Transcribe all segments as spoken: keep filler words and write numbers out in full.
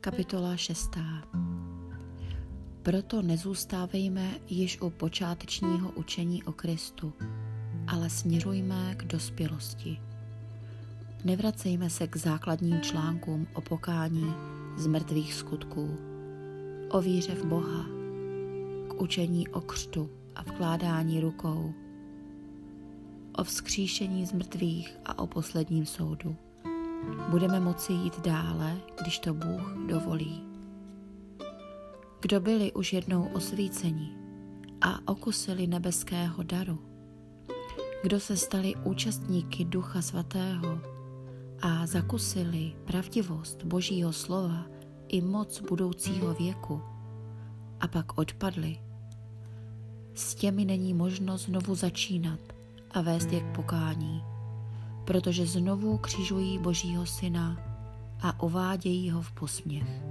Kapitola šestá. Proto nezůstávejme již u počátečního učení o Kristu, ale směrujme k dospělosti. Nevracejme se k základním článkům o pokání z mrtvých skutků, o víře v Boha, k učení o křtu a vkládání rukou, o vzkříšení z mrtvých a o posledním soudu. Budeme moci jít dále, když to Bůh dovolí. Kdo byli už jednou osvíceni a okusili nebeského daru, kdo se stali účastníky Ducha Svatého a zakusili pravdivost Božího slova i moc budoucího věku a pak odpadli, s těmi není možno znovu začínat a vést je k pokání, protože znovu křižují Božího Syna a uvádějí ho v posměch.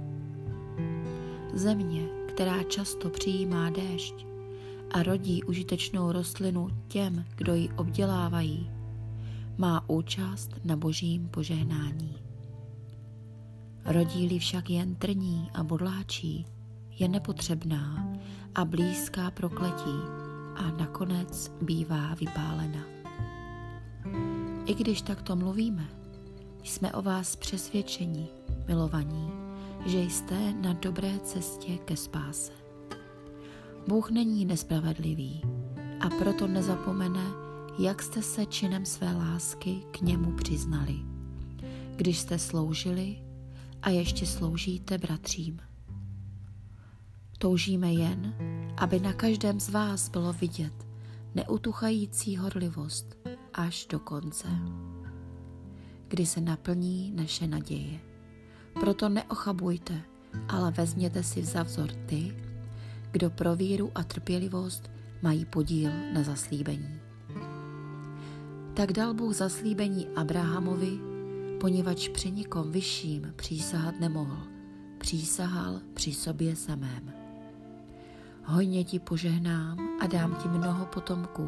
Země, která často přijímá déšť a rodí užitečnou rostlinu těm, kdo ji obdělávají, má účast na Božím požehnání. Rodí-li však jen trní a bodláčí, je nepotřebná a blízká prokletí a nakonec bývá vypálena. I když takto mluvíme, jsme o vás přesvědčeni, milovaní, že jste na dobré cestě ke spáse. Bůh není nespravedlivý a proto nezapomene, jak jste se činem své lásky k němu přiznali, když jste sloužili a ještě sloužíte bratřím. Toužíme jen, aby na každém z vás bylo vidět neutuchající horlivost až do konce, kdy se naplní naše naděje. Proto neochabujte, ale vezměte si za vzor ty, kdo pro víru a trpělivost mají podíl na zaslíbení. Tak dal Bůh zaslíbení Abrahamovi, poněvadž při nikom vyšším přísahat nemohl, přísahal při sobě samém. Hojně ti požehnám a dám ti mnoho potomků.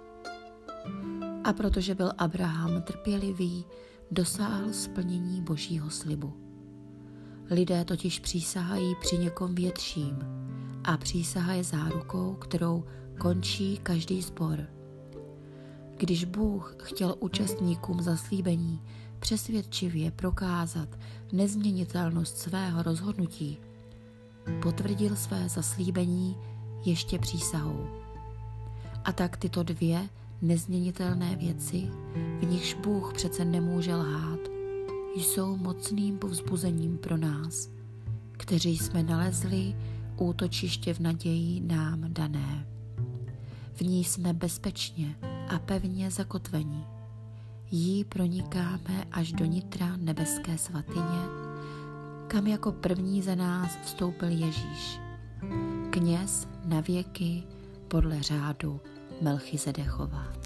A protože byl Abraham trpělivý, dosáhl splnění Božího slibu. Lidé totiž přísahají při někom větším a přísaha je zárukou, kterou končí každý sbor. Když Bůh chtěl účastníkům zaslíbení přesvědčivě prokázat nezměnitelnost svého rozhodnutí, potvrdil své zaslíbení ještě přísahou. A tak tyto dvě nezměnitelné věci, v nichž Bůh přece nemůže lhát, jsou mocným povzbuzením pro nás, kteří jsme nalezli útočiště v naději nám dané. V ní jsme bezpečně a pevně zakotveni. Jí pronikáme až do nitra nebeské svatyně, kam jako první za nás vstoupil Ježíš, kněz na věky podle řádu Melchizedechova.